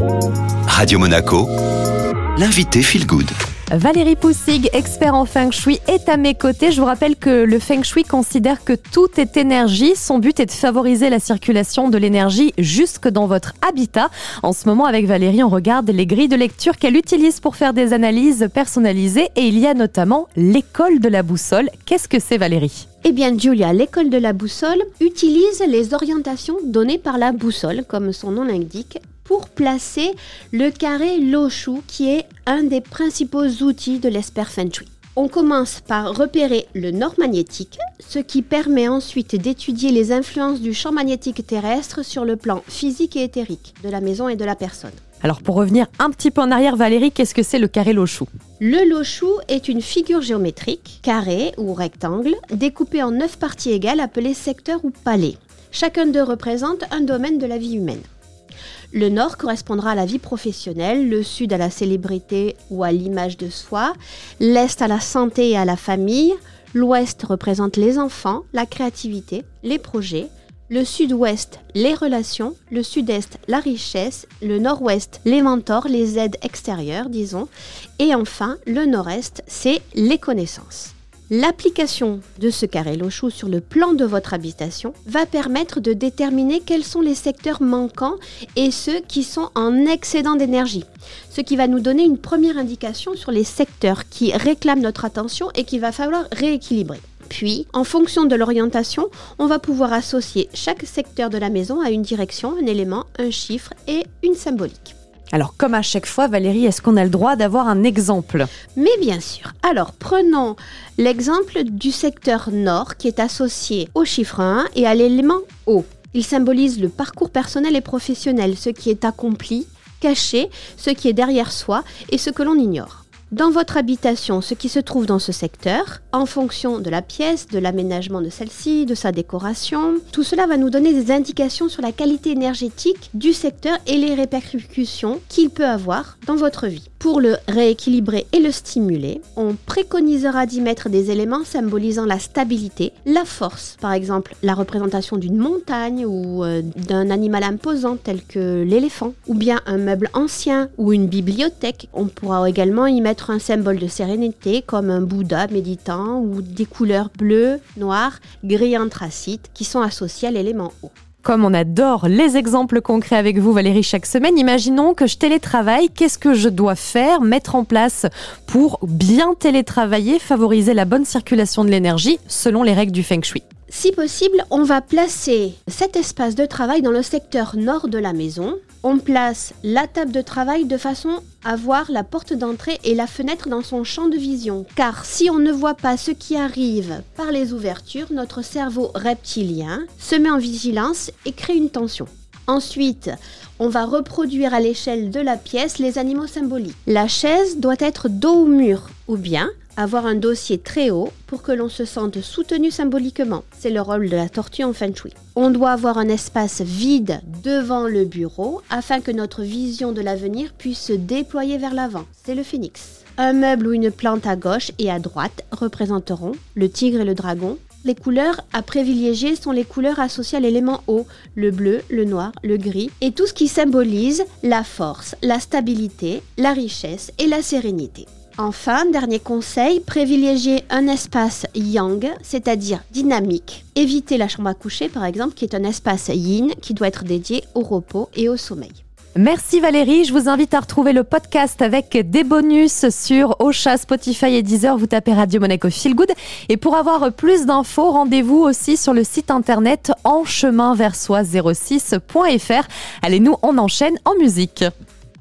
Radio Monaco, l'invité Feel Good. Valérie Poussig, expert en Feng Shui, est à mes côtés. Je vous rappelle que le Feng Shui considère que tout est énergie. Son but est de favoriser la circulation de l'énergie jusque dans votre habitat. En ce moment, avec Valérie, on regarde les grilles de lecture qu'elle utilise pour faire des analyses personnalisées. Et il y a notamment l'école de la boussole. Qu'est-ce que c'est, Valérie ? Eh bien, Julia, l'école de la boussole utilise les orientations données par la boussole, comme son nom l'indique, pour placer le carré Loshu, qui est un des principaux outils de l'expert Feng Shui. On commence par repérer le nord magnétique, ce qui permet ensuite d'étudier les influences du champ magnétique terrestre sur le plan physique et éthérique de la maison et de la personne. Alors pour revenir un petit peu en arrière, Valérie, qu'est-ce que c'est le carré Loshu ? Le Loshu est une figure géométrique, carré ou rectangle, découpée en 9 parties égales appelées secteurs ou palais. Chacun d'eux représente un domaine de la vie humaine. Le nord correspondra à la vie professionnelle, le sud à la célébrité ou à l'image de soi, l'est à la santé et à la famille, l'ouest représente les enfants, la créativité, les projets, le sud-ouest, les relations, le sud-est, la richesse, le nord-ouest, les mentors, les aides extérieures, disons, et enfin, le nord-est, c'est les connaissances. L'application de ce carré Loshu sur le plan de votre habitation va permettre de déterminer quels sont les secteurs manquants et ceux qui sont en excédent d'énergie, ce qui va nous donner une première indication sur les secteurs qui réclament notre attention et qu'il va falloir rééquilibrer. Puis, en fonction de l'orientation, on va pouvoir associer chaque secteur de la maison à une direction, un élément, un chiffre et une symbolique. Alors, comme à chaque fois, Valérie, est-ce qu'on a le droit d'avoir un exemple ? Mais bien sûr. Alors, prenons l'exemple du secteur nord qui est associé au chiffre 1 et à l'élément O. Il symbolise le parcours personnel et professionnel, ce qui est accompli, caché, ce qui est derrière soi et ce que l'on ignore. Dans votre habitation, ce qui se trouve dans ce secteur, en fonction de la pièce, de l'aménagement de celle-ci, de sa décoration, tout cela va nous donner des indications sur la qualité énergétique du secteur et les répercussions qu'il peut avoir dans votre vie. Pour le rééquilibrer et le stimuler, on préconisera d'y mettre des éléments symbolisant la stabilité, la force, par exemple la représentation d'une montagne ou d'un animal imposant tel que l'éléphant, ou bien un meuble ancien ou une bibliothèque. On pourra également y mettre un symbole de sérénité comme un Bouddha méditant ou des couleurs bleues, noires, gris anthracite qui sont associées à l'élément eau. Comme on adore les exemples concrets avec vous, Valérie, chaque semaine, imaginons que je télétravaille. Qu'est-ce que je dois faire, mettre en place pour bien télétravailler, favoriser la bonne circulation de l'énergie selon les règles du Feng Shui ? Si possible, on va placer cet espace de travail dans le secteur nord de la maison. On place la table de travail de façon à voir la porte d'entrée et la fenêtre dans son champ de vision. Car si on ne voit pas ce qui arrive par les ouvertures, notre cerveau reptilien se met en vigilance et crée une tension. Ensuite, on va reproduire à l'échelle de la pièce les animaux symboliques. La chaise doit être dos au mur ou bien avoir un dossier très haut pour que l'on se sente soutenu symboliquement. C'est le rôle de la tortue en Feng Shui. On doit avoir un espace vide devant le bureau afin que notre vision de l'avenir puisse se déployer vers l'avant. C'est le phénix. Un meuble ou une plante à gauche et à droite représenteront le tigre et le dragon. Les couleurs à privilégier sont les couleurs associées à l'élément eau, le bleu, le noir, le gris et tout ce qui symbolise la force, la stabilité, la richesse et la sérénité. Enfin, dernier conseil, privilégier un espace yang, c'est-à-dire dynamique. Évitez la chambre à coucher, par exemple, qui est un espace yin qui doit être dédié au repos et au sommeil. Merci Valérie, je vous invite à retrouver le podcast avec des bonus sur Ocha, Spotify et Deezer. Vous tapez Radio Monaco Feel Good. Et pour avoir plus d'infos, rendez-vous aussi sur le site internet encheminversoi06.fr. Allez, nous, on enchaîne en musique.